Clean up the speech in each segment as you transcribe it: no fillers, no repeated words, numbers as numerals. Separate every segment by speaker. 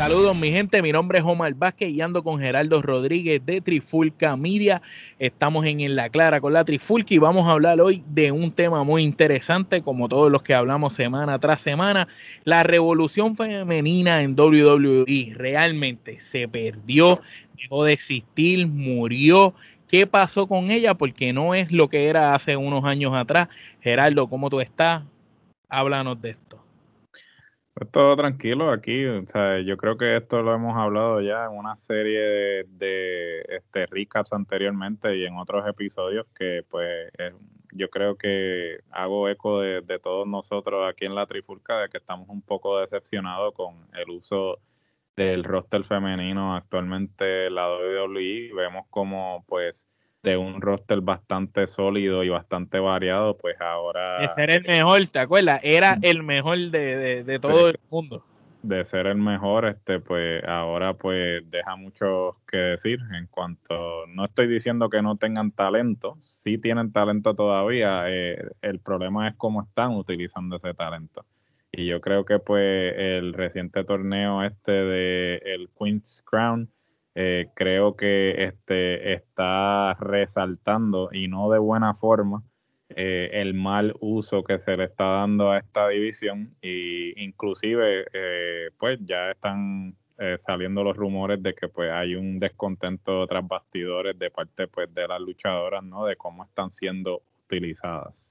Speaker 1: Saludos mi gente, mi nombre es Omar Vázquez y ando con Gerardo Rodríguez de Trifulca Media. Estamos en La Clara con la Trifulca y vamos a hablar hoy de un tema muy interesante, como todos los que hablamos semana tras semana, la revolución femenina en WWE. Realmente se perdió, dejó de existir, murió. ¿Qué pasó con ella? Porque no es lo que era hace unos años atrás. Gerardo, ¿cómo tú estás? Háblanos de esto.
Speaker 2: Pues todo tranquilo aquí, o sea, yo creo que esto lo hemos hablado ya en una serie de recaps anteriormente y en otros episodios que pues yo creo que hago eco de todos nosotros aquí en la Trifulca de que estamos un poco decepcionados con el uso del roster femenino actualmente en la WWE. Vemos como pues de un roster bastante sólido y bastante variado, pues
Speaker 1: De
Speaker 2: ahora
Speaker 1: ser el mejor, ¿te acuerdas? Era el mejor de todo el mundo.
Speaker 2: de ser el mejor, pues ahora pues deja mucho que decir en cuanto, no estoy diciendo que no tengan talento, sí tienen talento todavía, el problema es cómo están utilizando ese talento. Y yo creo que pues el reciente torneo de el Queen's Crown, creo que está resaltando y no de buena forma el mal uso que se le está dando a esta división y inclusive pues ya están saliendo los rumores de que pues hay un descontento tras bastidores de parte pues de las luchadoras, ¿no? De cómo están siendo utilizadas.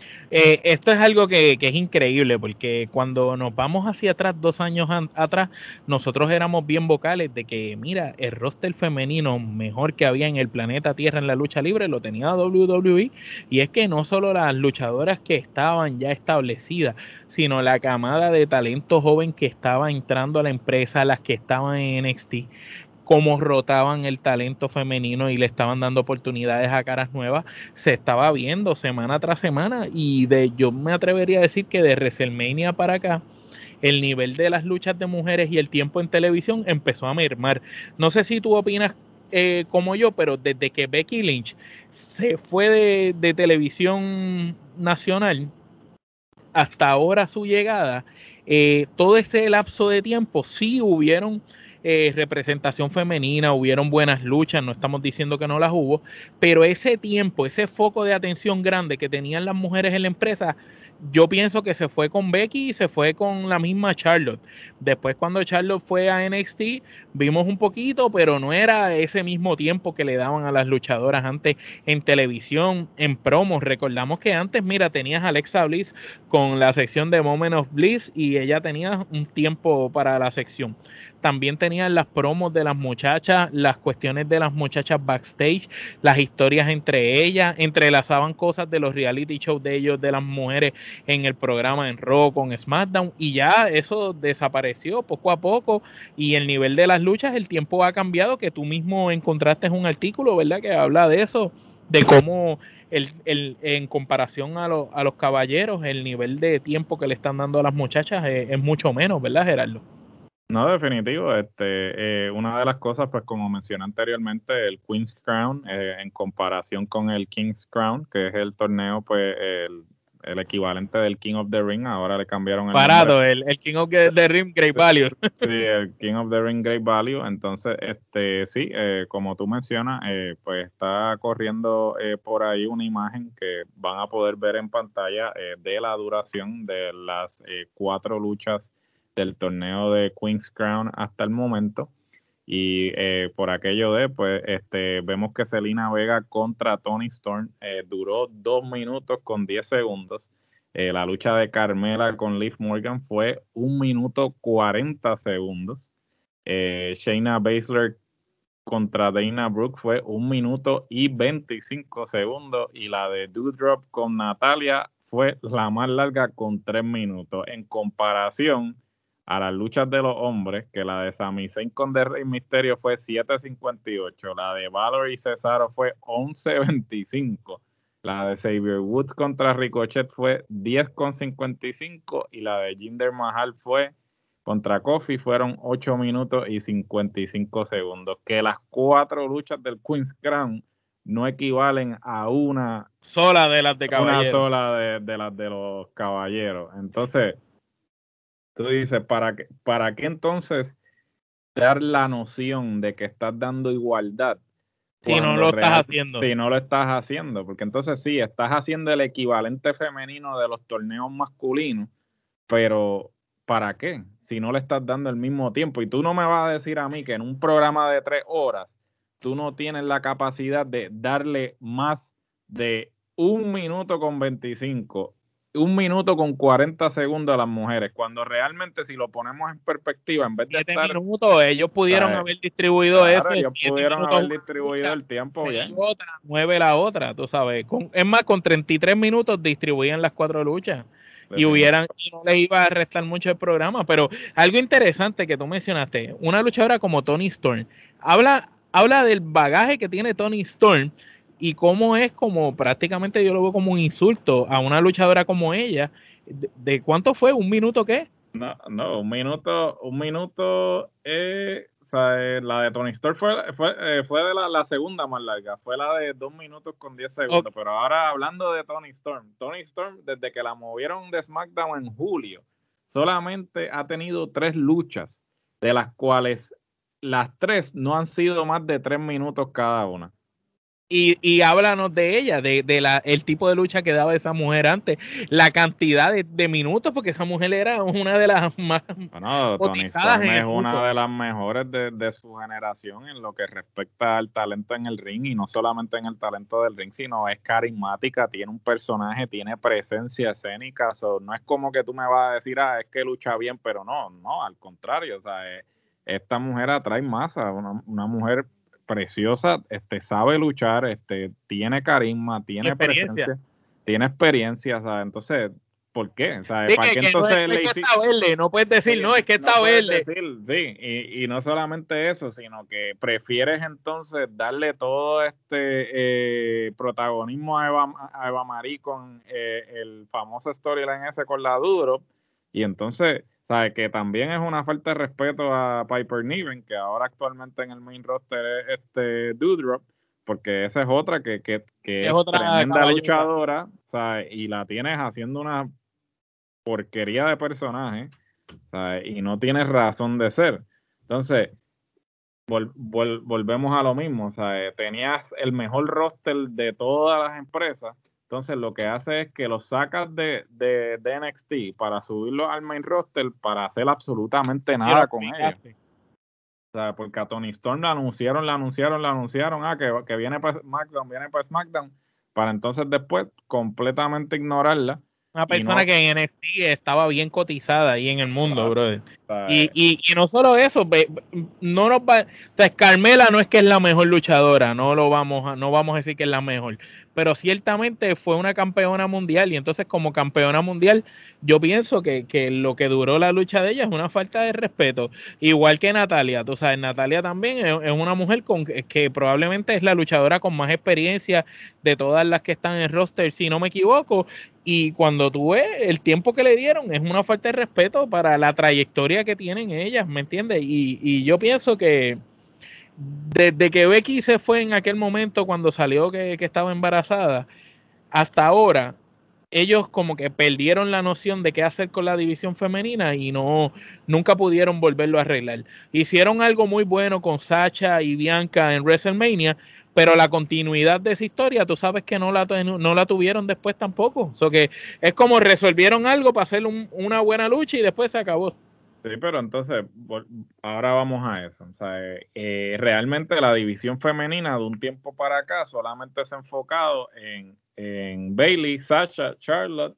Speaker 1: Esto es algo que es increíble porque cuando nos vamos hacia atrás, 2 años atrás, nosotros éramos bien vocales de que, mira, el roster femenino mejor que había en el planeta Tierra en la lucha libre lo tenía WWE. Y es que no solo las luchadoras que estaban ya establecidas, sino la camada de talento joven que estaba entrando a la empresa, las que estaban en NXT, cómo rotaban el talento femenino y le estaban dando oportunidades a caras nuevas, se estaba viendo semana tras semana. Y yo me atrevería a decir que de WrestleMania para acá, el nivel de las luchas de mujeres y el tiempo en televisión empezó a mermar. No sé si tú opinas como yo, pero desde que Becky Lynch se fue de televisión nacional hasta ahora su llegada, todo este lapso de tiempo sí hubieron representación femenina, hubieron buenas luchas, no estamos diciendo que no las hubo, pero ese tiempo, ese foco de atención grande que tenían las mujeres en la empresa, yo pienso que se fue con Becky y se fue con la misma Charlotte. Después cuando Charlotte fue a NXT, vimos un poquito, pero no era ese mismo tiempo que le daban a las luchadoras antes en televisión, en promos. Recordamos que antes, mira, tenías a Alexa Bliss con la sección de Moment of Bliss y ella tenía un tiempo para la sección. También tenían las promos de las muchachas, las cuestiones de las muchachas backstage, las historias entre ellas, entrelazaban cosas de los reality shows de ellos, de las mujeres en el programa en Raw con SmackDown, y ya eso desapareció poco a poco. Y el nivel de las luchas, el tiempo ha cambiado, que tú mismo encontraste un artículo, ¿verdad?, que habla de eso, de cómo en comparación a los caballeros, el nivel de tiempo que le están dando a las muchachas es mucho menos, ¿verdad, Gerardo?
Speaker 2: No, definitivo, una de las cosas, pues como mencioné anteriormente, el Queen's Crown, en comparación con el King's Crown, que es el torneo, pues el equivalente del King of the Ring, ahora le cambiaron el nombre.
Speaker 1: Parado, el King of the Ring, Great Value.
Speaker 2: Sí, el King of the Ring Great Value. Entonces, sí, como tú mencionas, pues está corriendo por ahí una imagen que van a poder ver en pantalla de la duración de las 4 luchas del torneo de Queen's Crown hasta el momento. Y por aquello pues, vemos que Zelina Vega contra Toni Storm duró 2 minutos con 10 segundos. La lucha de Carmela con Liv Morgan fue 1 minuto 40 segundos. Shayna Baszler contra Dana Brooke fue 1 minuto y 25 segundos. Y la de Doudrop con Natalia fue la más larga con 3 minutos. En comparación a las luchas de los hombres, que la de Sami Zayn con The Rey Mysterio fue 7:58, la de Valor y Cesaro fue 11:25, la de Xavier Woods contra Ricochet fue 10:55 y la de Jinder Mahal fue contra Kofi fueron 8 minutos y 55 segundos. Que las 4 luchas del Queen's Crown no equivalen a
Speaker 1: Sola de las de
Speaker 2: una
Speaker 1: caballero.
Speaker 2: sola de las de los caballeros. Entonces, tú dices, ¿para qué entonces dar la noción de que estás dando igualdad.
Speaker 1: Si no lo estás haciendo.
Speaker 2: Si no lo estás haciendo, porque entonces sí, estás haciendo el equivalente femenino de los torneos masculinos, pero ¿para qué? Si no le estás dando el mismo tiempo. Y tú no me vas a decir a mí que en un programa de 3 horas tú no tienes la capacidad de darle más de 1 minuto con 25, 1 minuto con 40 segundos a las mujeres, cuando realmente si lo ponemos en perspectiva, en vez de
Speaker 1: 7
Speaker 2: estar...
Speaker 1: minutos, ellos pudieron haber distribuido
Speaker 2: Claro,
Speaker 1: eso.
Speaker 2: ellos
Speaker 1: 7
Speaker 2: pudieron
Speaker 1: minutos
Speaker 2: haber
Speaker 1: una
Speaker 2: distribuido
Speaker 1: lucha,
Speaker 2: el tiempo
Speaker 1: 6
Speaker 2: bien.
Speaker 1: otra, 9 la otra, tú sabes. Es más, con 33 minutos distribuían las 4 luchas. Y no les iba a restar mucho el programa. Pero algo interesante que tú mencionaste, una luchadora como Toni Storm, habla del bagaje que tiene Toni Storm y cómo es como prácticamente yo lo veo como un insulto a una luchadora como ella. ¿De cuánto fue? ¿1 minuto qué?
Speaker 2: No, 1 minuto, o sea, la de Toni Storm fue de la segunda más larga, fue la de 2 minutos con 10 segundos, okay. Pero ahora hablando de Toni Storm, desde que la movieron de SmackDown en julio, solamente ha tenido 3 luchas, de las cuales las 3 no han sido más de 3 minutos cada una.
Speaker 1: Y háblanos de ella, de el tipo de lucha que daba esa mujer antes, la cantidad de minutos, porque esa mujer era una de las más
Speaker 2: Toni Storm es una de las mejores de su generación en lo que respecta al talento en el ring, y no solamente en el talento del ring, sino es carismática, tiene un personaje, tiene presencia escénica, no es como que tú me vas a decir, es que lucha bien, pero no, al contrario, o sea, esta mujer atrae masa, una mujer preciosa, sabe luchar, tiene carisma, tiene presencia, tiene experiencia, ¿sabes? Entonces, ¿por qué? ¿Sabes?
Speaker 1: Sí,
Speaker 2: ¿Para qué entonces
Speaker 1: no es que está verde? No puedes decir, sí, no, es que está verde.
Speaker 2: Sí, y no solamente eso, sino que prefieres entonces darle todo protagonismo a Eva Marie con el famoso storyline ese con la Doudrop, y entonces... ¿Sabes? Que también es una falta de respeto a Piper Niven, que ahora actualmente en el main roster es Doudrop, porque esa es otra que es otra tremenda luchadora, ¿sabes? Y la tienes haciendo una porquería de personaje, ¿sabes? Y no tienes razón de ser. Entonces, volvemos a lo mismo, ¿sabes? Tenías el mejor roster de todas las empresas. Entonces lo que hace es que los sacas de NXT para subirlos al main roster para hacer absolutamente nada con ellos. O sea, porque a Toni Storm la anunciaron, que viene para SmackDown, para entonces después completamente ignorarla.
Speaker 1: Una persona que en NXT estaba bien cotizada ahí en el mundo, brother. Y no solo eso, no nos va, o sea, Carmela no es que es la mejor luchadora, no vamos a decir que es la mejor, pero ciertamente fue una campeona mundial, y entonces como campeona mundial yo pienso que lo que duró la lucha de ella es una falta de respeto, igual que Natalia. Tú sabes, Natalia también es una mujer que probablemente es la luchadora con más experiencia de todas las que están en el roster, si no me equivoco. Y cuando tú ves el tiempo que le dieron, es una falta de respeto para la trayectoria que tienen ellas, ¿me entiendes? Y yo pienso que desde que Becky se fue en aquel momento cuando salió que estaba embarazada, hasta ahora, ellos como que perdieron la noción de qué hacer con la división femenina y nunca pudieron volverlo a arreglar. Hicieron algo muy bueno con Sasha y Bianca en WrestleMania, pero la continuidad de esa historia, tú sabes que no la tuvieron después tampoco. So que es como resolvieron algo para hacer una buena lucha y después se acabó.
Speaker 2: Sí, pero entonces, ahora vamos a eso. O sea, realmente la división femenina de un tiempo para acá solamente se ha enfocado en Bayley, Sasha, Charlotte,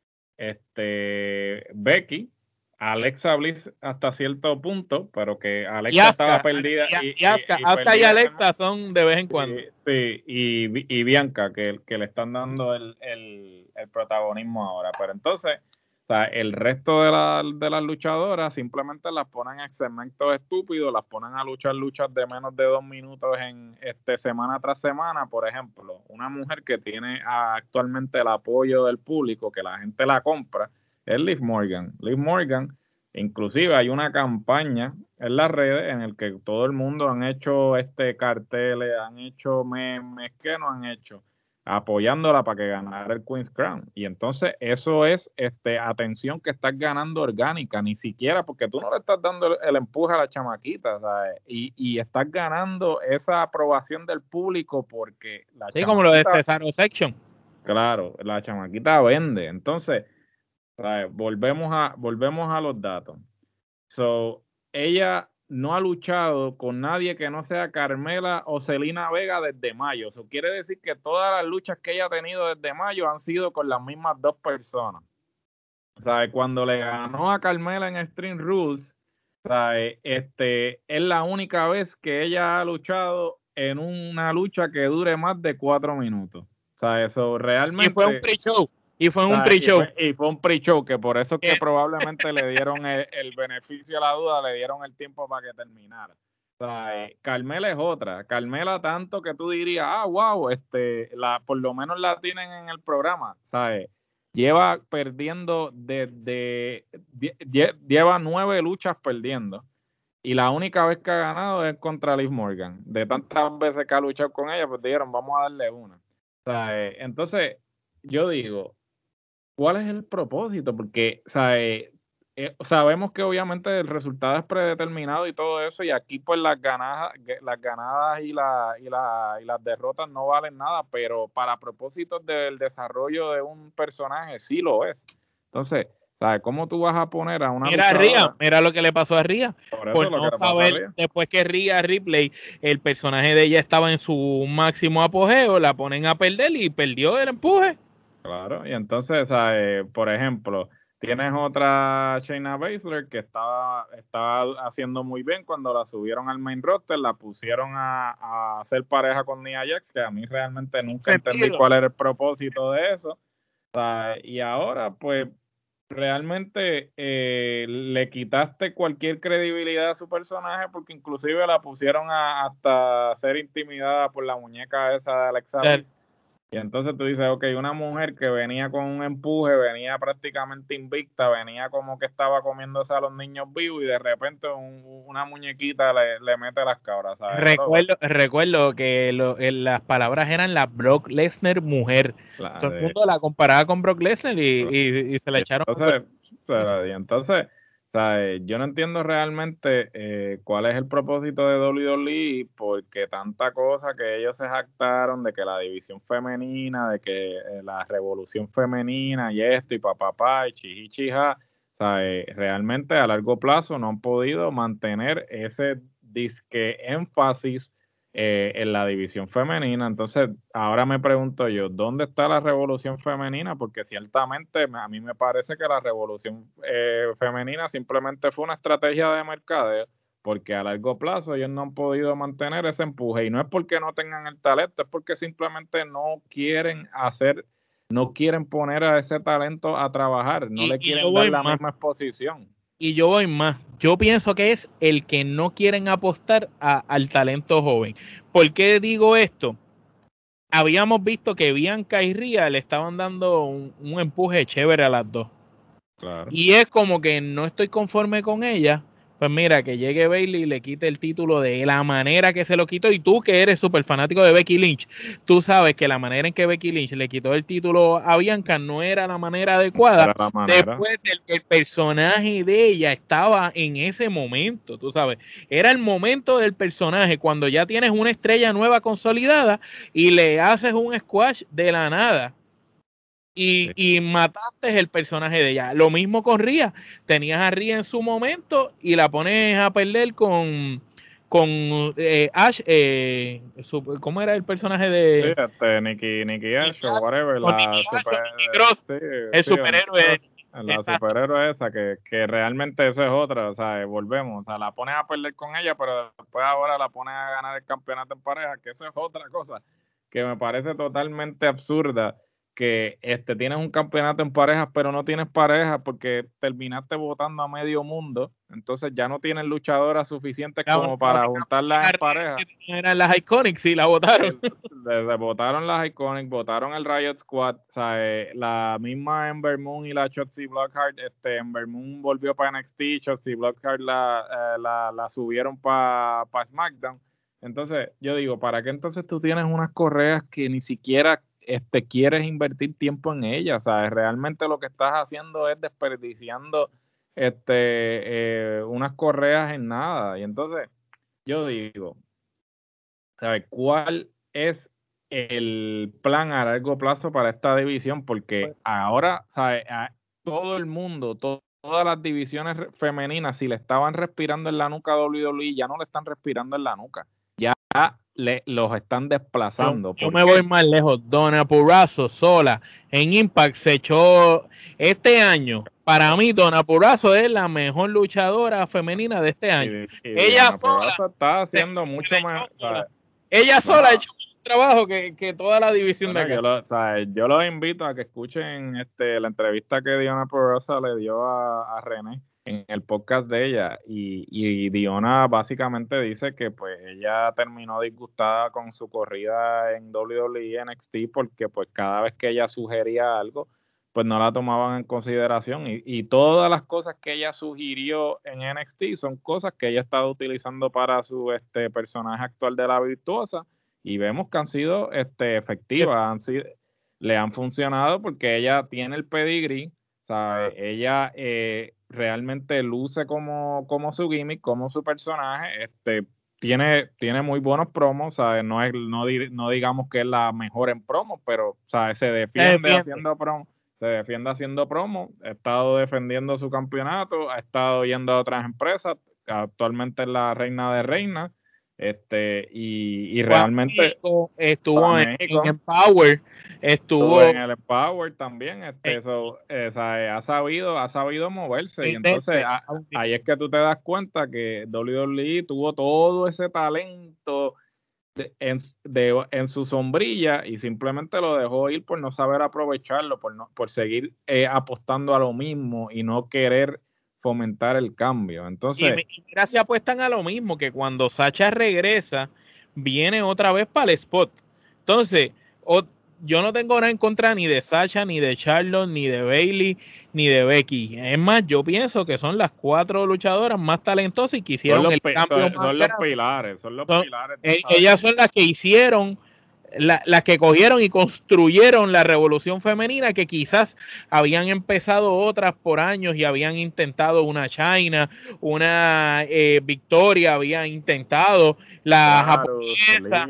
Speaker 2: Becky, Alexa Bliss hasta cierto punto, pero que Alexa estaba perdida.
Speaker 1: Asuka y Alexa son de vez en cuando.
Speaker 2: Sí, y Bianca, que le están dando el protagonismo ahora. Pero entonces, o sea, el resto de las luchadoras simplemente las ponen en segmentos estúpidos, las ponen a luchar luchas de menos de 2 minutos en semana tras semana. Por ejemplo, una mujer que tiene actualmente el apoyo del público, que la gente la compra, es Liv Morgan. Liv Morgan, inclusive hay una campaña en las redes en el que todo el mundo han hecho carteles, han hecho memes, ¿qué no han hecho? apoyándola para que ganara el Queen's Crown. Y entonces eso es atención que estás ganando orgánica, ni siquiera porque tú no le estás dando el empuje a la chamaquita, ¿sabes? Y estás ganando esa aprobación del público porque la
Speaker 1: Sí, como lo de
Speaker 2: chamaquita,
Speaker 1: Cesaro Section.
Speaker 2: claro, la chamaquita vende. Entonces, ¿sabes? Volvemos a los datos. So, ella no ha luchado con nadie que no sea Carmela o Zelina Vega desde mayo. Eso quiere decir que todas las luchas que ella ha tenido desde mayo han sido con las mismas dos personas. ¿Sabe? Cuando le ganó a Carmela en Extreme Rules, ¿sabe? Es la única vez que ella ha luchado en una lucha que dure más de 4 minutos. O sea, eso
Speaker 1: Y fue un
Speaker 2: realmente...
Speaker 1: pre-show. Y fue un
Speaker 2: ¿sabes?
Speaker 1: pre-show.
Speaker 2: Y fue un pre-show, que por eso es que probablemente le dieron el beneficio a la duda, le dieron el tiempo para que terminara. Carmela es otra. Carmela tanto que tú dirías, wow, por lo menos la tienen en el programa, ¿sabes? Lleva perdiendo lleva 9 luchas perdiendo. Y la única vez que ha ganado es contra Liv Morgan. De tantas veces que ha luchado con ella, pues dijeron, vamos a darle una. Entonces, yo digo, ¿cuál es el propósito? Porque sabemos que obviamente el resultado es predeterminado y todo eso, y aquí pues las ganadas y las derrotas no valen nada, pero para propósitos del desarrollo de un personaje sí lo es. Entonces, ¿sabes cómo tú vas a poner a una
Speaker 1: Mira a Rhea,
Speaker 2: luchadora?
Speaker 1: mira lo que le pasó a Rhea.
Speaker 2: Por eso
Speaker 1: Por
Speaker 2: es lo que
Speaker 1: no
Speaker 2: le pasa a
Speaker 1: saber,
Speaker 2: Rhea.
Speaker 1: después que Rhea Ripley, el personaje de ella estaba en su máximo apogeo, la ponen a perder y perdió el empuje.
Speaker 2: Claro, y entonces, por ejemplo, tienes otra Shayna Baszler que estaba haciendo muy bien cuando la subieron al main roster, la pusieron a hacer pareja con Nia Jax, que a mí realmente nunca entendí cuál era el propósito de eso. Y ahora, pues, realmente le quitaste cualquier credibilidad a su personaje porque inclusive la pusieron hasta ser intimidada por la muñeca esa de Alexa Bliss. Y entonces tú dices, ok, una mujer que venía con un empuje, venía prácticamente invicta, venía como que estaba comiéndose a los niños vivos y de repente una muñequita le mete las cabras, ¿sabes?
Speaker 1: Recuerdo que las palabras eran la Brock Lesnar mujer. Todo el mundo la comparaba con Brock Lesnar y se la echaron.
Speaker 2: Entonces, ¿sabes? Yo no entiendo realmente cuál es el propósito de WWE, porque tanta cosa que ellos se jactaron de que la división femenina, de que la revolución femenina y esto y papá y chihichija, ¿sabes? Realmente a largo plazo no han podido mantener ese disque énfasis en la división femenina. Entonces, ahora me pregunto yo, ¿dónde está la revolución femenina? Porque ciertamente a mí me parece que la revolución femenina simplemente fue una estrategia de mercadeo, porque a largo plazo ellos no han podido mantener ese empuje, y no es porque no tengan el talento, es porque simplemente no quieren poner a ese talento a trabajar, no le quieren dar la misma exposición.
Speaker 1: Y yo voy más. Yo pienso que es el que no quieren apostar al talento joven. ¿Por qué digo esto? Habíamos visto que Bianca y Rhea le estaban dando un empuje chévere a las dos.
Speaker 2: Claro.
Speaker 1: Y es como que no estoy conforme con ella. Pues mira, que llegue Bayley y le quite el título de la manera que se lo quitó. Y tú, que eres súper fanático de Becky Lynch, tú sabes que la manera en que Becky Lynch le quitó el título a Bianca no era la manera adecuada. Después del que el personaje de ella estaba en ese momento, tú sabes. Era el momento del personaje, cuando ya tienes una estrella nueva consolidada y le haces un squash de la nada. Y mataste el personaje de ella. Lo mismo con Rhea. Tenías a Rhea en su momento y la pones a perder con Ash. ¿Cómo era el personaje de?
Speaker 2: Sí, Nikki Ash o whatever.
Speaker 1: El superhéroe.
Speaker 2: La superhéroe esa, que realmente eso es otra, o sea, volvemos, o sea, la pones a perder con ella, pero después ahora la pones a ganar el campeonato en pareja, que eso es otra cosa que me parece totalmente absurda, que tienes un campeonato en parejas, pero no tienes pareja porque terminaste votando a medio mundo, entonces ya no tienes luchadoras suficientes como para juntarlas en pareja.
Speaker 1: Eran las Iconics y la votaron.
Speaker 2: Votaron las Iconics, votaron el Riot Squad, o sea, la misma Ember Moon y la Shotzi Blackheart, Ember Moon volvió para NXT, Shotzi Blackheart la subieron para SmackDown. Entonces, yo digo, ¿para qué entonces tú tienes unas correas que ni siquiera quieres invertir tiempo en ella, ¿sabes? Realmente lo que estás haciendo es desperdiciando unas correas en nada. Y entonces yo digo, ¿sabes? ¿Cuál es el plan a largo plazo para esta división? Porque ahora, ¿sabes? Todo el mundo, todas las divisiones femeninas, si le estaban respirando en la nuca a WWE, ya no le están respirando en la nuca. Ya los están desplazando.
Speaker 1: Yo me voy más lejos. Donna Purrazzo sola en Impact se echó este año. Para mí, Donna Purrazzo es la mejor luchadora femenina de este año. Ella sola
Speaker 2: está haciendo mucho más.
Speaker 1: Ella sola ha hecho un trabajo que toda la división de acá.
Speaker 2: Yo los invito a que escuchen la entrevista que Diona Purrazzo le dio a René en el podcast de ella, y Diona básicamente dice que pues ella terminó disgustada con su corrida en WWE NXT porque pues cada vez que ella sugería algo pues no la tomaban en consideración, y todas las cosas que ella sugirió en NXT son cosas que ella estaba utilizando para su personaje actual de la Virtuosa, y vemos que han sido efectivas, le han funcionado porque ella tiene el pedigrí, ¿sabe? Ella realmente luce como su gimmick, como su personaje, tiene muy buenos promos, ¿sabes? No digamos que es la mejor en promos, pero ¿sabes? Se defiende haciendo promo, ha estado defendiendo su campeonato, ha estado yendo a otras empresas, actualmente es la reina de reinas, y realmente
Speaker 1: estuvo en Empower, estuvo
Speaker 2: en el Empower también, ha sabido moverse, y entonces ahí es que tú te das cuenta que WWE tuvo todo ese talento en su sombrilla y simplemente lo dejó ir por no saber aprovecharlo, por seguir apostando a lo mismo y no querer fomentar el cambio. Entonces,
Speaker 1: y mira, se apuestan a lo mismo, que cuando Sacha regresa, viene otra vez para el spot. Entonces, yo no tengo nada en contra ni de Sacha, ni de Charlotte, ni de Bayley, ni de Becky. Es más, yo pienso que son las 4 luchadoras más talentosas y que hicieron el cambio.
Speaker 2: Son los pilares.
Speaker 1: Ellas son las que hicieron, las que cogieron y construyeron la revolución femenina, que quizás habían empezado otras por años y habían intentado una China, una Victoria, habían intentado la japonesa.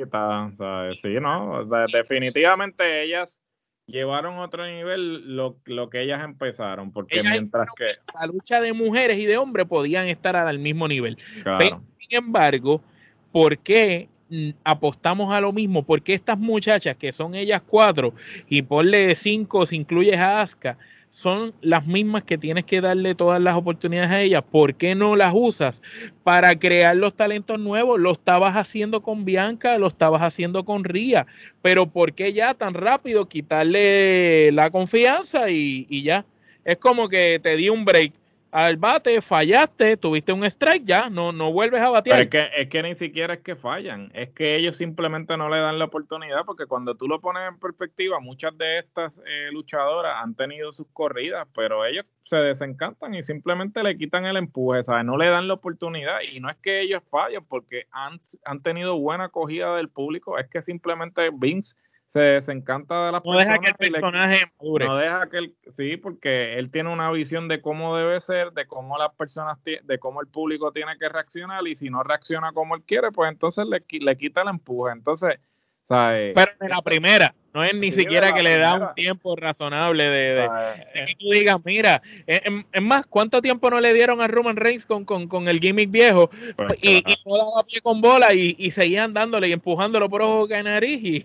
Speaker 2: Sí, ¿no? Definitivamente ellas llevaron a otro nivel lo que ellas empezaron, porque mientras que
Speaker 1: la lucha de mujeres y de hombres podían estar al mismo nivel.
Speaker 2: Claro.
Speaker 1: Pero, sin embargo, ¿por qué apostamos a lo mismo? Porque estas muchachas, que son ellas 4, y ponle 5 si incluyes a Asuka, son las mismas que tienes que darle todas las oportunidades a ellas. ¿Por qué no las usas para crear los talentos nuevos? Lo estabas haciendo con Bianca, lo estabas haciendo con Rhea, pero ¿por qué ya tan rápido quitarle la confianza y ya? Es como que te di un break al bate, fallaste, tuviste un strike, ya, no vuelves a batear.
Speaker 2: Pero es que ni siquiera es que fallan, es que ellos simplemente no le dan la oportunidad, porque cuando tú lo pones en perspectiva, muchas de estas luchadoras han tenido sus corridas, pero ellos se desencantan y simplemente le quitan el empuje, ¿sabes? No le dan la oportunidad, y no es que ellos fallen, porque han tenido buena acogida del público, es que simplemente Vince se desencanta de las personas.
Speaker 1: No deja que el personaje madure.
Speaker 2: No deja que sí, porque él tiene una visión de cómo debe ser, de cómo las personas, de cómo el público tiene que reaccionar, y si no reacciona como él quiere, pues entonces le quita el empuje. Entonces, ¿sabes?
Speaker 1: Pero de la primera, no es ni siquiera que le da un tiempo razonable de que tú digas, mira, es más, ¿cuánto tiempo no le dieron a Roman Reigns con el gimmick viejo? Pues, y no daba pie con bola y seguían dándole y empujándolo por ojo de nariz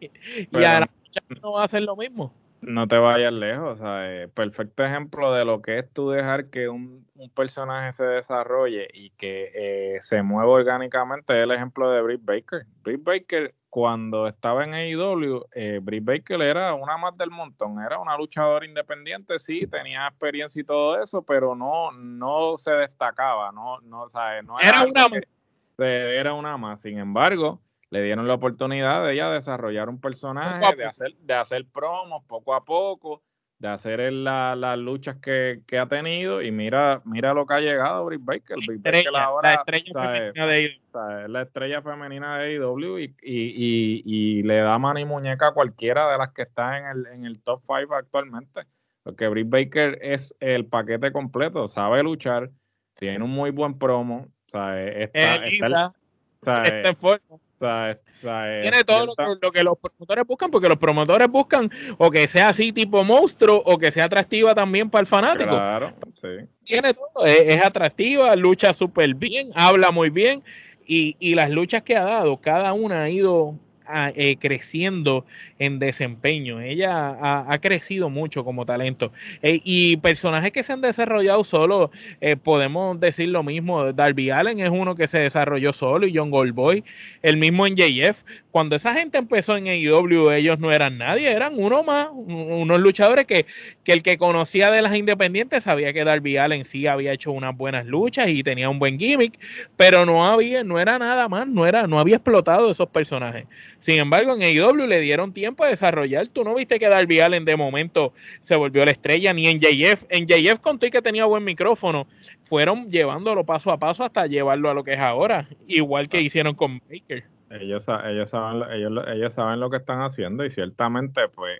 Speaker 1: y a la muchacha no va a hacer lo mismo.
Speaker 2: No te vayas lejos, perfecto ejemplo de lo que es tú dejar que un personaje se desarrolle y que se mueva orgánicamente es el ejemplo de Britt Baker. Britt Baker, cuando estaba en AEW, Britt Baker era una más del montón, era una luchadora independiente, sí, tenía experiencia y todo eso, pero no se destacaba, no era una más. Sin embargo, le dieron la oportunidad de ella desarrollar un personaje, de hacer promos poco a poco, las luchas que ha tenido, y mira lo que ha llegado Britt Baker. Britt Baker ahora,
Speaker 1: la estrella femenina de AEW.
Speaker 2: Es la estrella femenina de AEW y le da mano y muñeca a cualquiera de las que está en el top 5 actualmente, porque Britt Baker es el paquete completo, sabe luchar, tiene un muy buen promo, está
Speaker 1: en forma. Tiene todo lo que los promotores buscan, porque los promotores buscan o que sea así tipo monstruo o que sea atractiva también para el fanático.
Speaker 2: Claro, sí.
Speaker 1: Tiene todo, es atractiva, lucha súper bien, habla muy bien y las luchas que ha dado, cada una ha ido creciendo en desempeño. Ella ha crecido mucho como talento. Y personajes que se han desarrollado solo, podemos decir lo mismo. Darby Allin es uno que se desarrolló solo y John Goldboy, el mismo NJF. Cuando esa gente empezó en AEW, ellos no eran nadie, eran uno más, unos luchadores que el que conocía de las independientes sabía que Darby Allin sí había hecho unas buenas luchas y tenía un buen gimmick, pero no era nada más, no había explotado esos personajes. Sin embargo, en AEW le dieron tiempo a desarrollar. Tú no viste que Darby Allin de momento se volvió la estrella, ni en JF. En JF contó que tenía buen micrófono. Fueron llevándolo paso a paso hasta llevarlo a lo que es ahora, igual que hicieron con Baker.
Speaker 2: Ellos saben lo que están haciendo, y ciertamente, pues,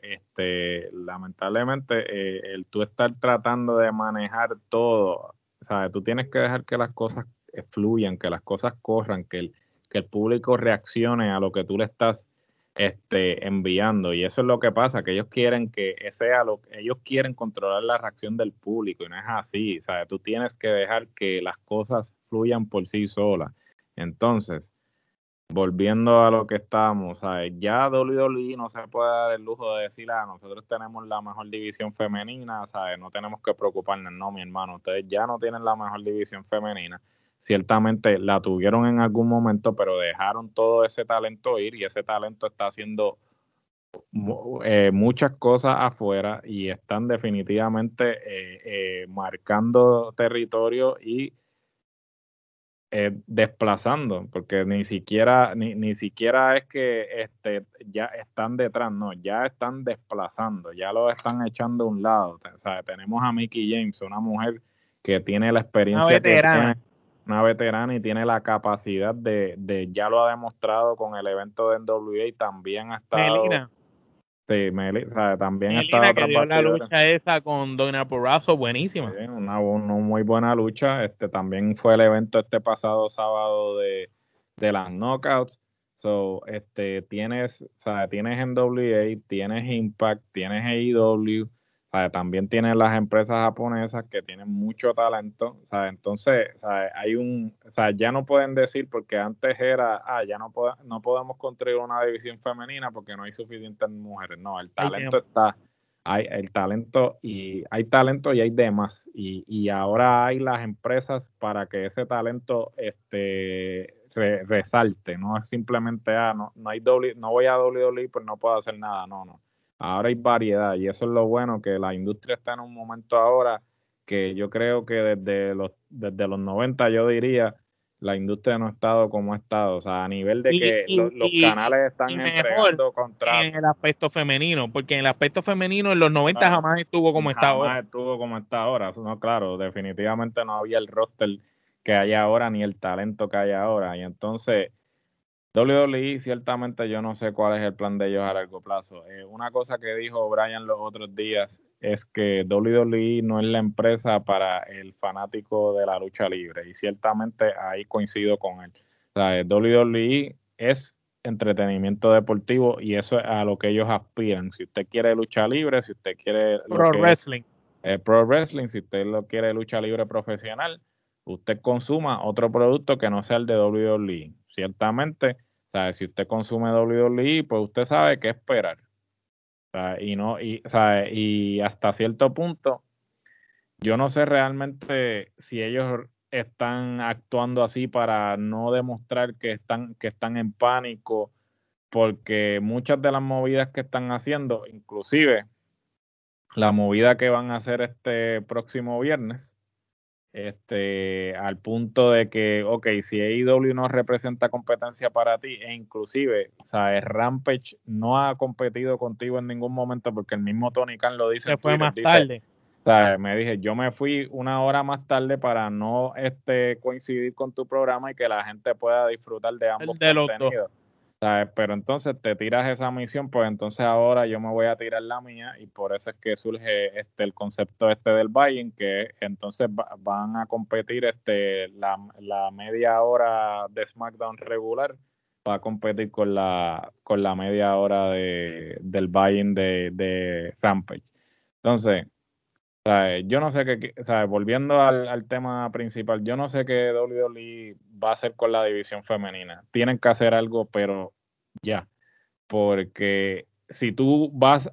Speaker 2: lamentablemente, el tú estar tratando de manejar todo, ¿sabes? Tú tienes que dejar que las cosas fluyan, que las cosas corran, que el público reaccione a lo que tú le estás enviando, y eso es lo que pasa, que ellos quieren ellos quieren controlar la reacción del público, y no es así, ¿sabes? Tú tienes que dejar que las cosas fluyan por sí solas. Entonces, volviendo a lo que estamos, ¿sabes? Ya WWE no se puede dar el lujo de decir, nosotros tenemos la mejor división femenina, ¿sabes? No tenemos que preocuparnos, no, mi hermano, ustedes ya no tienen la mejor división femenina. Ciertamente la tuvieron en algún momento, pero dejaron todo ese talento ir, y ese talento está haciendo muchas cosas afuera, y están definitivamente marcando territorio y desplazando, porque ni siquiera es que ya están detrás, no, ya están desplazando, ya lo están echando a un lado. O sea, tenemos a Mickie James, una mujer que tiene la experiencia que tiene, una veterana, y tiene la capacidad ya lo ha demostrado con el evento de NWA, también ha estado...
Speaker 1: Melina.
Speaker 2: Sí, también
Speaker 1: Melina,
Speaker 2: está
Speaker 1: que dio la lucha esa con Donna Purrazzo, buenísima.
Speaker 2: Sí, una muy buena lucha. También fue el evento pasado sábado de las knockouts. So, tienes NWA, tienes Impact, tienes AEW, también tienes las empresas japonesas que tienen mucho talento, entonces, ya no pueden decir, porque antes era, ya no podemos construir una división femenina porque no hay suficientes mujeres. No, el talento está. Hay talento y hay demás, y ahora hay las empresas para que ese talento resalte. No es simplemente no hay no voy a WWE, pues no puedo hacer nada. No, ahora hay variedad, y eso es lo bueno, que la industria está en un momento ahora que yo creo que desde los 90, yo diría, la industria no ha estado como ha estado, o sea, a nivel de que los canales están entregando contratos.
Speaker 1: En el aspecto femenino, porque en el aspecto femenino en los 90 jamás estuvo como está ahora.
Speaker 2: Jamás estuvo como está ahora. No, claro, definitivamente no había el roster que hay ahora, ni el talento que hay ahora. Y entonces, WWE, ciertamente yo no sé cuál es el plan de ellos a largo plazo. Una cosa que dijo Brian los otros días es que WWE no es la empresa para el fanático de la lucha libre, y ciertamente ahí coincido con él. O sea, WWE es entretenimiento deportivo, y eso es a lo que ellos aspiran. Si usted quiere lucha libre, si usted quiere
Speaker 1: pro wrestling,
Speaker 2: pro wrestling, si usted lo quiere lucha libre profesional, usted consuma otro producto que no sea el de WWE. Ciertamente, si usted consume WWE, pues usted sabe qué esperar. Y hasta cierto punto, yo no sé realmente si ellos están actuando así para no demostrar que están en pánico, porque muchas de las movidas que están haciendo, inclusive la movida que van a hacer este próximo viernes, al punto de que, ok, si AEW no representa competencia para ti, e inclusive, o sea, Rampage no ha competido contigo en ningún momento, porque el mismo Tony Khan lo dice
Speaker 1: Se
Speaker 2: en
Speaker 1: fue
Speaker 2: Twitter,
Speaker 1: más tarde.
Speaker 2: o sea, me dije, yo me fui una hora más tarde para no coincidir con tu programa y que la gente pueda disfrutar de ambos
Speaker 1: El de los dos.
Speaker 2: contenidos. ¿Sabes? Pero entonces te tiras esa misión, pues entonces ahora yo me voy a tirar la mía y por eso es que surge el concepto del buy-in, que entonces van a competir la media hora de SmackDown regular, va a competir con la media hora del buy-in de Rampage. Entonces, yo no sé qué, volviendo al tema principal, yo no sé qué WWE va a hacer con la división femenina. Tienen que hacer algo, pero ya, porque si tú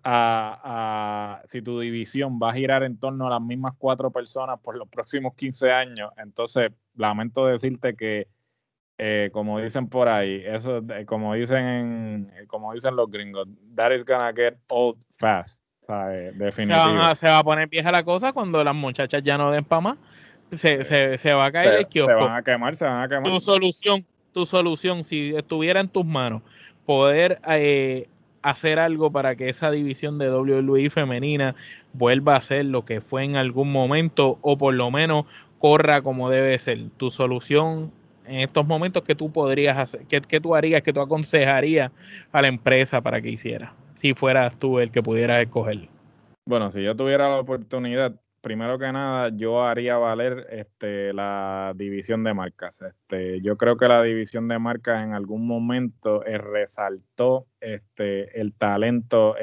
Speaker 2: si tu división va a girar en torno a las mismas 4 personas por los próximos 15 años, entonces lamento decirte que, como dicen por ahí, eso, como dicen los gringos, that is gonna get old fast, definitivo.
Speaker 1: Se va a poner vieja la cosa cuando las muchachas ya no den para más. Se va a caer el
Speaker 2: Se
Speaker 1: kiosco.
Speaker 2: van a quemar, se van a quemar.
Speaker 1: Tu solución, si estuviera en tus manos, poder hacer algo para que esa división de WWE femenina vuelva a ser lo que fue en algún momento, o por lo menos corra como debe ser. Tu solución en estos momentos que tú podrías hacer, que tú harías, que tú aconsejarías a la empresa para que hiciera, si fueras tú el que pudieras escogerlo.
Speaker 2: Bueno, si yo tuviera la oportunidad, primero que nada, yo haría valer la división de marcas. Yo creo que la división de marcas en algún momento resaltó el talento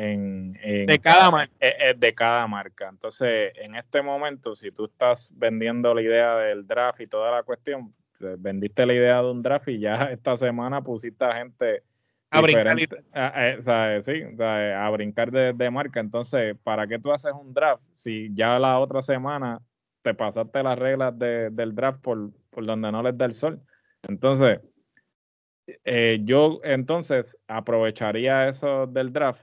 Speaker 2: de cada marca. Entonces, en este momento, si tú estás vendiendo la idea del draft y toda la cuestión, vendiste la idea de un draft y ya esta semana pusiste a gente
Speaker 1: A brincar.
Speaker 2: diferente, sí, a brincar de marca. Entonces, ¿para qué tú haces un draft si ya la otra semana te pasaste las reglas del draft por donde no les da el sol? Entonces, yo entonces aprovecharía eso del draft.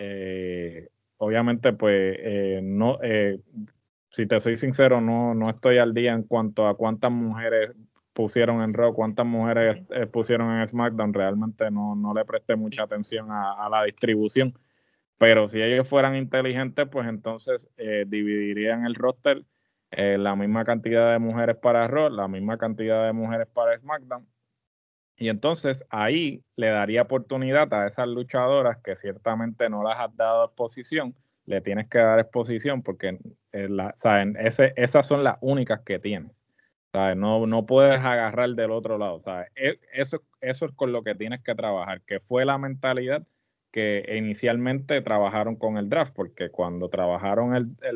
Speaker 2: Obviamente, pues, no, si te soy sincero, no estoy al día en cuanto a cuántas mujeres pusieron en Raw, cuántas mujeres pusieron en SmackDown. Realmente no le presté mucha atención a la distribución. Pero si ellos fueran inteligentes, pues entonces dividirían el roster, la misma cantidad de mujeres para Raw, la misma cantidad de mujeres para SmackDown. Y entonces ahí le daría oportunidad a esas luchadoras que ciertamente no las has dado exposición, le tienes que dar exposición porque ¿saben? Esas son las únicas que tienes. ¿Sabes? No puedes agarrar del otro lado. ¿Sabes? Eso es con lo que tienes que trabajar, que fue la mentalidad que inicialmente trabajaron con el draft, porque cuando trabajaron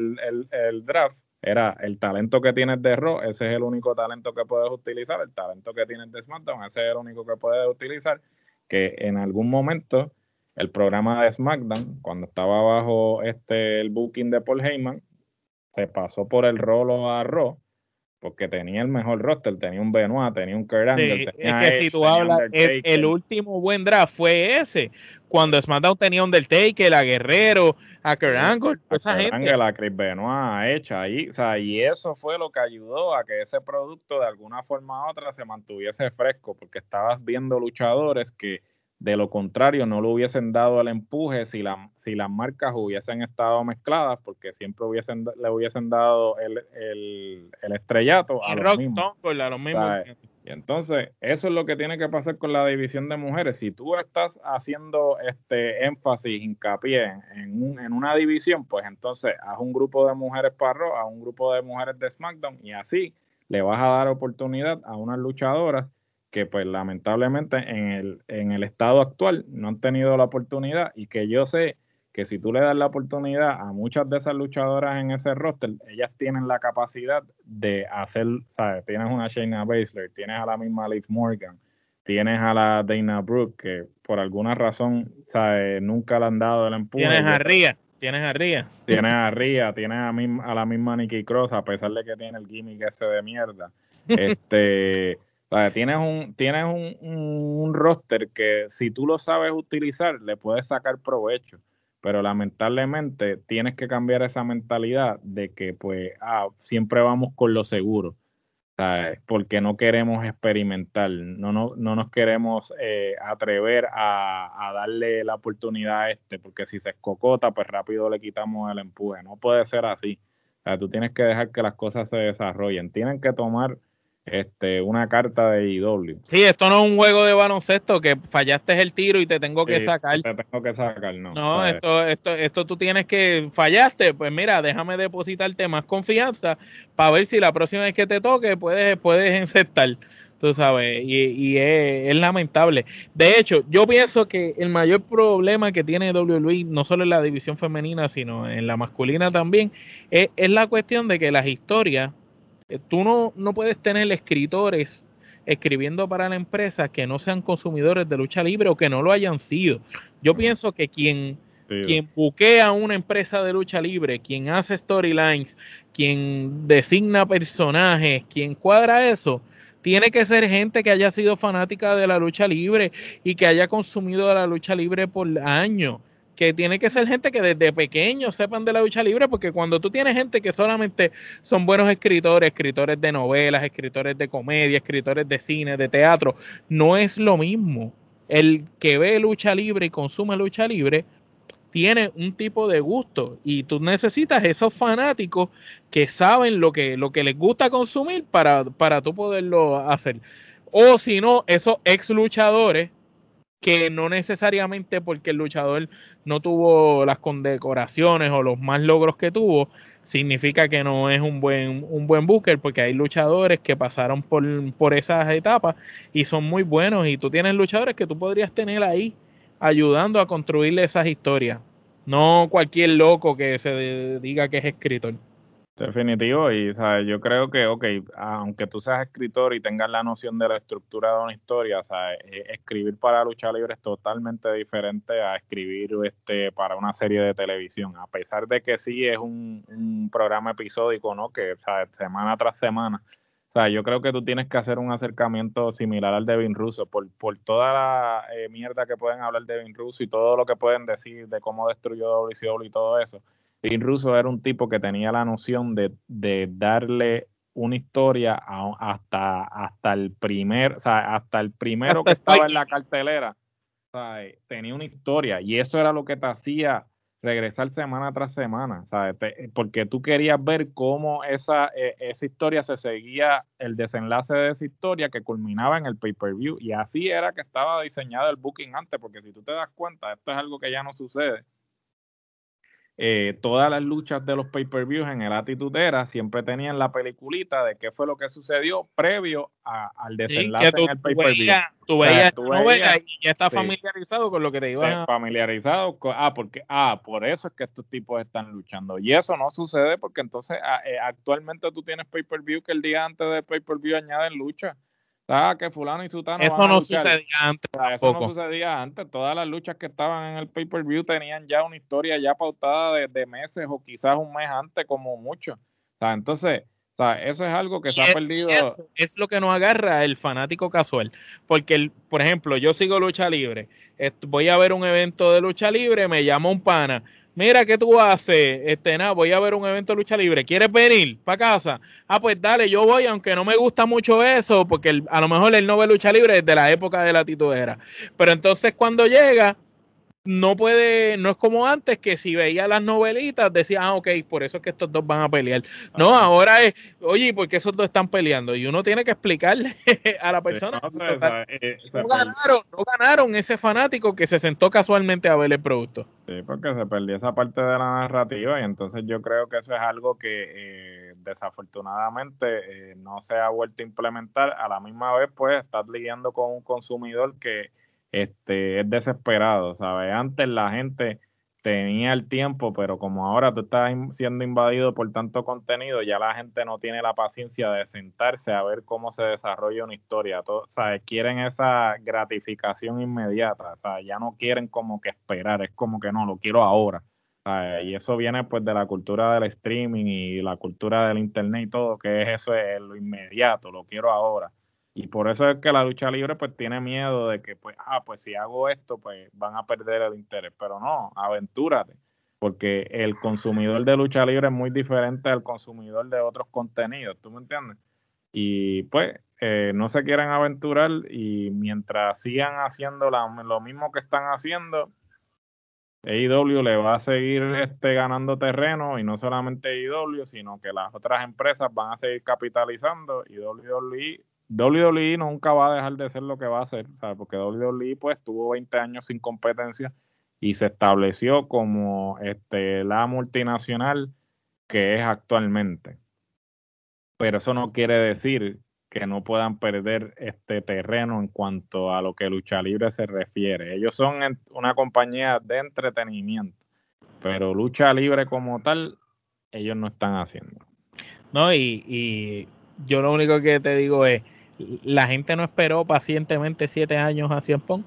Speaker 2: el draft, era el talento que tienes de Raw, ese es el único talento que puedes utilizar, el talento que tienes de SmackDown, ese es el único que puedes utilizar, que en algún momento el programa de SmackDown, cuando estaba bajo el booking de Paul Heyman, se pasó por el rolo a Raw, porque tenía el mejor roster, tenía un Benoit, tenía un Kurt Angle,
Speaker 1: Es
Speaker 2: tenía
Speaker 1: que
Speaker 2: Edge,
Speaker 1: si tú
Speaker 2: tenía
Speaker 1: hablas,
Speaker 2: Undertaker.
Speaker 1: el último buen draft fue ese, cuando SmackDown tenía Undertaker, a Guerrero, a Kurt Angle,
Speaker 2: a
Speaker 1: esa
Speaker 2: Kurt
Speaker 1: gente.
Speaker 2: Angle, a Chris Benoit, a Edge ahí, o sea, y eso fue lo que ayudó a que ese producto de alguna forma u otra se mantuviese fresco, porque estabas viendo luchadores que de lo contrario no le hubiesen dado el empuje si las marcas hubiesen estado mezcladas, porque siempre le hubiesen dado el estrellato a los mismos.
Speaker 1: A los mismos.
Speaker 2: Y entonces, eso es lo que tiene que pasar con la división de mujeres. Si tú estás haciendo énfasis, hincapié en una división, pues entonces haz un grupo de mujeres para Raw, haz un grupo de mujeres de SmackDown, y así le vas a dar oportunidad a unas luchadoras que pues lamentablemente en el estado actual no han tenido la oportunidad, y que yo sé que si tú le das la oportunidad a muchas de esas luchadoras en ese roster, ellas tienen la capacidad de hacer, ¿sabes? Tienes una Shayna Baszler, tienes a la misma Liv Morgan, tienes a la Dana Brooke, que por alguna razón, ¿sabes? Nunca le han dado el empuje.
Speaker 1: Tienes a Rhea. Tienes a
Speaker 2: la misma Nikki Cross, a pesar de que tiene el gimmick ese de mierda. Tienes un roster que si tú lo sabes utilizar, le puedes sacar provecho. pero lamentablemente tienes que cambiar esa mentalidad de que pues siempre vamos con lo seguro, ¿sabes? Porque no queremos experimentar, no nos queremos atrever a darle la oportunidad a porque si se escocota, pues rápido le quitamos el empuje. No puede ser así. O sea, tú tienes que dejar que las cosas se desarrollen. Tienen que tomar una carta de IW.
Speaker 1: Sí, esto no es un juego de baloncesto que fallaste el tiro y te tengo que sacar.
Speaker 2: Te tengo que sacar, no.
Speaker 1: No,
Speaker 2: ¿sabes?
Speaker 1: esto tú tienes que fallaste, pues mira, déjame depositarte más confianza para ver si la próxima vez que te toque puedes encestar, tú sabes, y es lamentable. De hecho, yo pienso que el mayor problema que tiene WWE, no solo en la división femenina, sino en la masculina también, es la cuestión de que las historias, tú no puedes tener escritores escribiendo para la empresa que no sean consumidores de lucha libre o que no lo hayan sido. Yo pienso que quien buquea una empresa de lucha libre, quien hace storylines, quien designa personajes, quien cuadra eso, tiene que ser gente que haya sido fanática de la lucha libre y que haya consumido la lucha libre por años. Que tiene que ser gente que desde pequeños sepan de la lucha libre, porque cuando tú tienes gente que solamente son buenos escritores, escritores de novelas, escritores de comedia, escritores de cine, de teatro, no es lo mismo. El que ve lucha libre y consume lucha libre tiene un tipo de gusto y tú necesitas esos fanáticos que saben lo que les gusta consumir para tú poderlo hacer. O si no, esos ex luchadores que no necesariamente porque el luchador no tuvo las condecoraciones o los más logros que tuvo, significa que no es un buen booker, porque hay luchadores que pasaron por esas etapas y son muy buenos, y tú tienes luchadores que tú podrías tener ahí ayudando a construirle esas historias. No cualquier loco que se diga que es escritor.
Speaker 2: Definitivo, y ¿sabes? Yo creo que, aunque tú seas escritor y tengas la noción de la estructura de una historia, ¿sabes? Escribir para lucha libre es totalmente diferente a escribir para una serie de televisión, a pesar de que sí es un programa episódico, ¿no? Que, ¿sabes? Semana tras semana. O sea, yo creo que tú tienes que hacer un acercamiento similar al de Vin Russo, por toda la mierda que pueden hablar de Vin Russo y todo lo que pueden decir de cómo destruyó WCW y todo eso. Vin Russo era un tipo que tenía la noción de darle una historia hasta el primer, o sea, hasta el primero
Speaker 1: Hasta
Speaker 2: que estaba
Speaker 1: Spike.
Speaker 2: en la cartelera, ¿sabes? Tenía una historia y eso era lo que te hacía regresar semana tras semana, ¿sabes? Porque tú querías ver cómo esa historia se seguía, el desenlace de esa historia que culminaba en el pay-per-view, y así era que estaba diseñado el booking antes, porque si tú te das cuenta, esto es algo que ya no sucede. Todas las luchas de los pay-per-views en el Attitude Era siempre tenían la peliculita de qué fue lo que sucedió previo al desenlace
Speaker 1: Sí, que
Speaker 2: en el pay-per-view.
Speaker 1: tú veías esta novela y ya estás familiarizado con lo que te ibas a...
Speaker 2: Familiarizado por eso es que estos tipos están luchando, y eso no sucede porque entonces actualmente tú tienes pay-per-view que el día antes del pay-per-view añaden lucha. Que fulano y sutano
Speaker 1: Eso
Speaker 2: van a
Speaker 1: no
Speaker 2: luchar.
Speaker 1: sucedía antes
Speaker 2: Eso no
Speaker 1: tampoco.
Speaker 2: sucedía antes. Todas las luchas que estaban en el pay-per-view tenían ya una historia ya pautada de meses o quizás un mes antes como mucho. Entonces, eso es algo que se ha perdido.
Speaker 1: Eso es lo que nos agarra el fanático casual. Porque, por ejemplo, yo sigo lucha libre. Voy a ver un evento de lucha libre, me llama un pana. Mira, ¿qué tú haces? Voy a ver un evento de lucha libre. ¿Quieres venir para casa? Pues dale, yo voy, aunque no me gusta mucho eso, porque a lo mejor él no ve lucha libre desde la época de la titudera. Pero entonces cuando llega, no es como antes que si veía las novelitas decía, ok, por eso es que estos dos van a pelear. No, ahora es, oye, ¿por qué esos dos están peleando? Y uno tiene que explicarle a la persona. No ganaron ese fanático que se sentó casualmente a ver el producto.
Speaker 2: Sí, porque se perdió esa parte de la narrativa, y entonces yo creo que eso es algo que desafortunadamente no se ha vuelto a implementar. A la misma vez, pues, estás lidiando con un consumidor que es desesperado, ¿sabes? Antes la gente tenía el tiempo, pero como ahora tú estás siendo invadido por tanto contenido, ya la gente no tiene la paciencia de sentarse a ver cómo se desarrolla una historia. ¿Sabes? Quieren esa gratificación inmediata, ¿sabes? Ya no quieren como que esperar, es como que no, lo quiero ahora. Y eso viene pues de la cultura del streaming y la cultura del internet y todo, que es eso, es lo inmediato, lo quiero ahora. Y por eso es que la lucha libre pues tiene miedo de que pues, pues si hago esto pues van a perder el interés. Pero no, aventúrate, porque el consumidor de lucha libre es muy diferente al consumidor de otros contenidos, ¿tú me entiendes? Y pues no se quieren aventurar y mientras sigan haciendo lo mismo que están haciendo, AEW le va a seguir ganando terreno y no solamente AEW, sino que las otras empresas van a seguir capitalizando y WWE nunca va a dejar de ser lo que va a ser, ¿sabes? Porque WWE pues tuvo 20 años sin competencia y se estableció como la multinacional que es actualmente. Pero eso no quiere decir que no puedan perder este terreno en cuanto a lo que lucha libre se refiere. Ellos son una compañía de entretenimiento, pero lucha libre como tal, ellos no están haciendo.
Speaker 1: No, y yo lo único que te digo es, la gente no esperó pacientemente 7 años a CM Punk.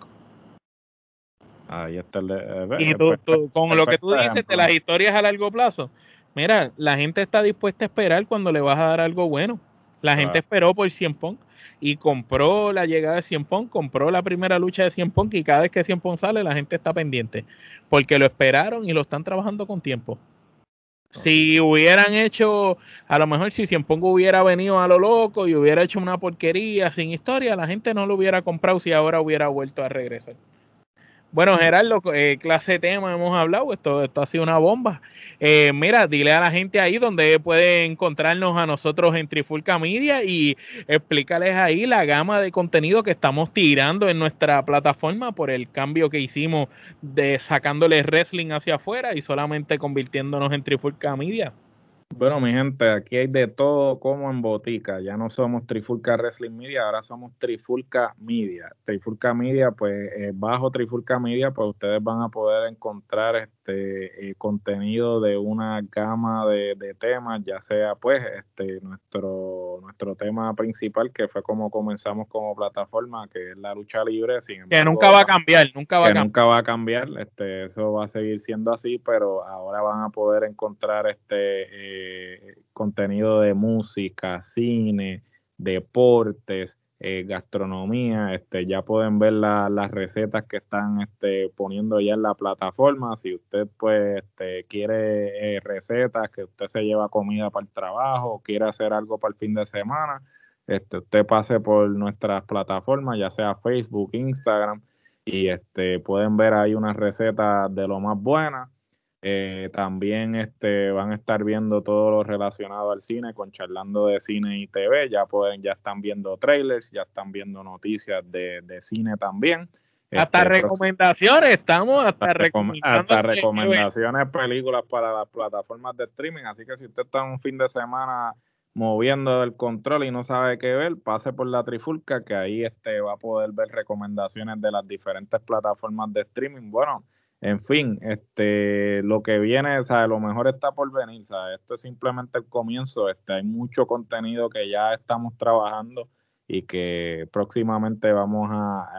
Speaker 2: Ahí está
Speaker 1: Y con lo que tú dices
Speaker 2: ejemplo.
Speaker 1: de las historias a largo plazo, mira, la gente está dispuesta a esperar cuando le vas a dar algo bueno. La gente esperó por CM Punk y compró la llegada de CM Punk, compró la primera lucha de CM Punk y cada vez que CM Punk sale la gente está pendiente porque lo esperaron y lo están trabajando con tiempo. Si hubieran hecho, a lo mejor si CM Punk hubiera venido a lo loco y hubiera hecho una porquería sin historia, la gente no lo hubiera comprado si ahora hubiera vuelto a regresar. Bueno, Gerardo, clase de tema hemos hablado, esto ha sido una bomba. Mira, dile a la gente ahí donde puede encontrarnos a nosotros en Trifulca Media y explícales ahí la gama de contenido que estamos tirando en nuestra plataforma por el cambio que hicimos de sacándole wrestling hacia afuera y solamente convirtiéndonos en Trifulca Media.
Speaker 2: Bueno, mi gente, aquí hay de todo como en botica. Ya no somos Trifulca Wrestling Media, ahora somos Trifulca Media. Trifulca Media, pues bajo Trifulca Media, pues ustedes van a poder encontrar contenido de una gama de temas, ya sea pues nuestro tema principal, que fue como comenzamos como plataforma, que es la lucha libre. Sin
Speaker 1: Que
Speaker 2: embargo,
Speaker 1: nunca va a cambiar, nunca va a cambiar.
Speaker 2: nunca va a cambiar, eso va a seguir siendo así, pero ahora van a poder encontrar contenido de música, cine, deportes, gastronomía, ya pueden ver las recetas que están poniendo ya en la plataforma. Si usted pues quiere recetas, que usted se lleva comida para el trabajo, quiere hacer algo para el fin de semana, usted pase por nuestras plataformas, ya sea Facebook, Instagram, y pueden ver ahí unas recetas de lo más buenas. También van a estar viendo todo lo relacionado al cine con Charlando de Cine y TV. Ya están viendo trailers, ya están viendo noticias de cine también.
Speaker 1: Hasta recomendaciones, estamos hasta
Speaker 2: recomendaciones, películas para las plataformas de streaming. Así que si usted está un fin de semana moviendo el control y no sabe qué ver, pase por la Trifulca, que ahí va a poder ver recomendaciones de las diferentes plataformas de streaming. Bueno, en fin, lo que viene, ¿sabe? Lo mejor está por venir, ¿sabe? Esto es simplemente el comienzo. Hay mucho contenido que ya estamos trabajando y que próximamente vamos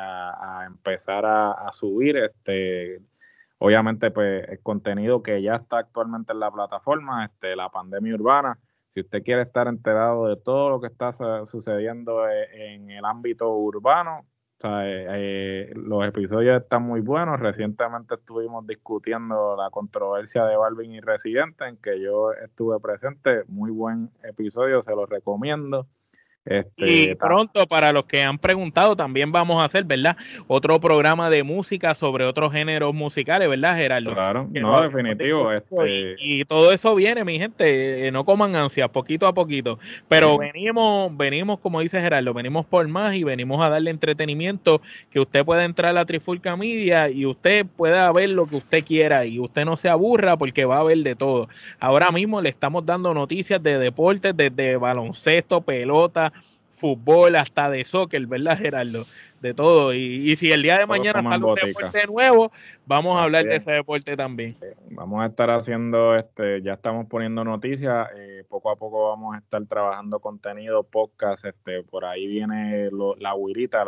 Speaker 2: a empezar a subir. Obviamente, pues el contenido que ya está actualmente en la plataforma, la pandemia urbana. Si usted quiere estar enterado de todo lo que está sucediendo en el ámbito urbano, o sea, los episodios están muy buenos. Recientemente estuvimos discutiendo la controversia de Balvin y Residente, en que yo estuve presente. Muy buen episodio, se lo recomiendo.
Speaker 1: Y pronto, para los que han preguntado, también vamos a hacer, ¿verdad? Otro programa de música sobre otros géneros musicales, ¿verdad, Gerardo?
Speaker 2: Claro,
Speaker 1: Que
Speaker 2: no, definitivo.
Speaker 1: Y todo eso viene, mi gente, no coman ansias, poquito a poquito. Pero venimos, como dice Gerardo, venimos por más y venimos a darle entretenimiento, que usted pueda entrar a la Trifulca Media y usted pueda ver lo que usted quiera y usted no se aburra porque va a ver de todo. Ahora mismo le estamos dando noticias de deportes, desde baloncesto, pelota, fútbol, hasta de soccer, ¿verdad, Gerardo? De todo. Y si el día de mañana sale un deporte nuevo, vamos a hablar de ese deporte también.
Speaker 2: Vamos a estar haciendo, ya estamos poniendo noticias, poco a poco vamos a estar trabajando contenido, podcast, por ahí viene la guirita,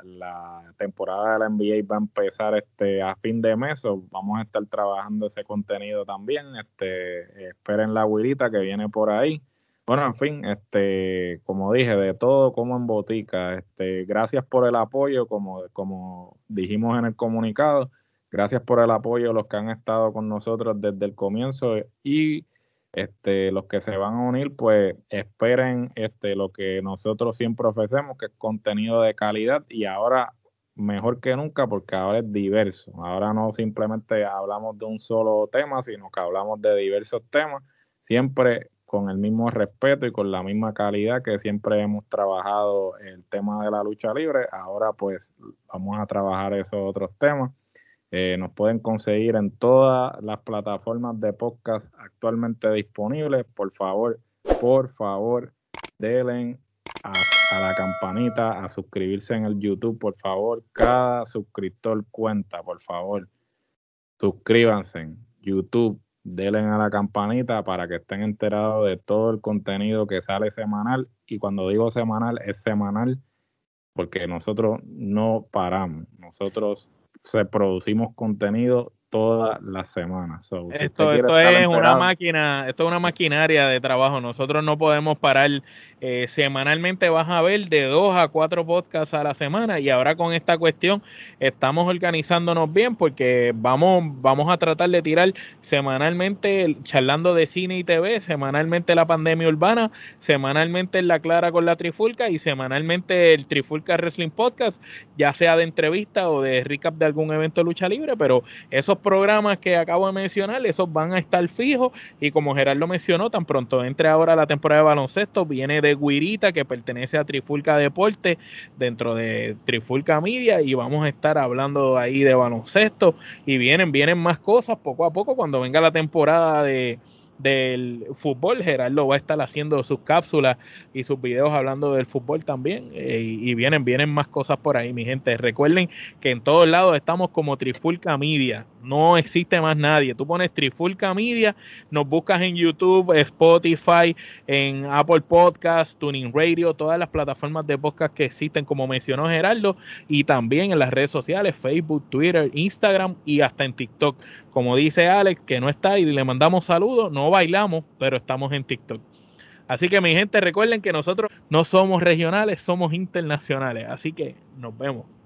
Speaker 2: la temporada de la NBA va a empezar a fin de mes, vamos a estar trabajando ese contenido también, esperen la guirita que viene por ahí. Bueno, en fin, como dije, de todo como en botica, gracias por el apoyo, como dijimos en el comunicado, gracias por el apoyo los que han estado con nosotros desde el comienzo y los que se van a unir, pues esperen lo que nosotros siempre ofrecemos, que es contenido de calidad y ahora mejor que nunca porque ahora es diverso. Ahora no simplemente hablamos de un solo tema, sino que hablamos de diversos temas, siempre con el mismo respeto y con la misma calidad que siempre hemos trabajado el tema de la lucha libre. Ahora pues vamos a trabajar esos otros temas. Nos pueden conseguir en todas las plataformas de podcast actualmente disponibles. Por favor, denle a la campanita, a suscribirse en el YouTube, por favor. Cada suscriptor cuenta, por favor. Suscríbanse en YouTube, denle a la campanita para que estén enterados de todo el contenido que sale semanal. Y cuando digo semanal, es semanal porque nosotros no paramos. Nosotros producimos contenido todas las semanas. So, si usted quiere
Speaker 1: Esto
Speaker 2: estar
Speaker 1: es una
Speaker 2: enterado,
Speaker 1: máquina, esto es una maquinaria de trabajo. Nosotros no podemos parar. Semanalmente vas a ver de 2 a 4 podcasts a la semana y ahora con esta cuestión estamos organizándonos bien porque vamos a tratar de tirar semanalmente charlando de cine y TV, semanalmente la pandemia urbana, semanalmente en La Clara con la Trifulca y semanalmente el Trifulca Wrestling Podcast, ya sea de entrevista o de recap de algún evento de lucha libre, pero esos programas que acabo de mencionar, esos van a estar fijos y como Gerardo mencionó, tan pronto entre ahora la temporada de baloncesto, viene de Guirita, que pertenece a Trifulca Deporte, dentro de Trifulca Media, y vamos a estar hablando ahí de baloncesto y vienen más cosas poco a poco cuando venga la temporada del fútbol. Gerardo va a estar haciendo sus cápsulas y sus videos hablando del fútbol también, y vienen más cosas por ahí, mi gente. Recuerden que en todos lados estamos como Trifulca Media, no existe más nadie. Tú pones Trifulca Media, nos buscas en YouTube, Spotify, en Apple Podcast, Tuning Radio, todas las plataformas de podcast que existen, como mencionó Gerardo, y también en las redes sociales, Facebook, Twitter, Instagram y hasta en TikTok. Como dice Alex, que no está y le mandamos saludos, no bailamos, pero estamos en TikTok. Así que mi gente, recuerden que nosotros no somos regionales, somos internacionales. Así que nos vemos.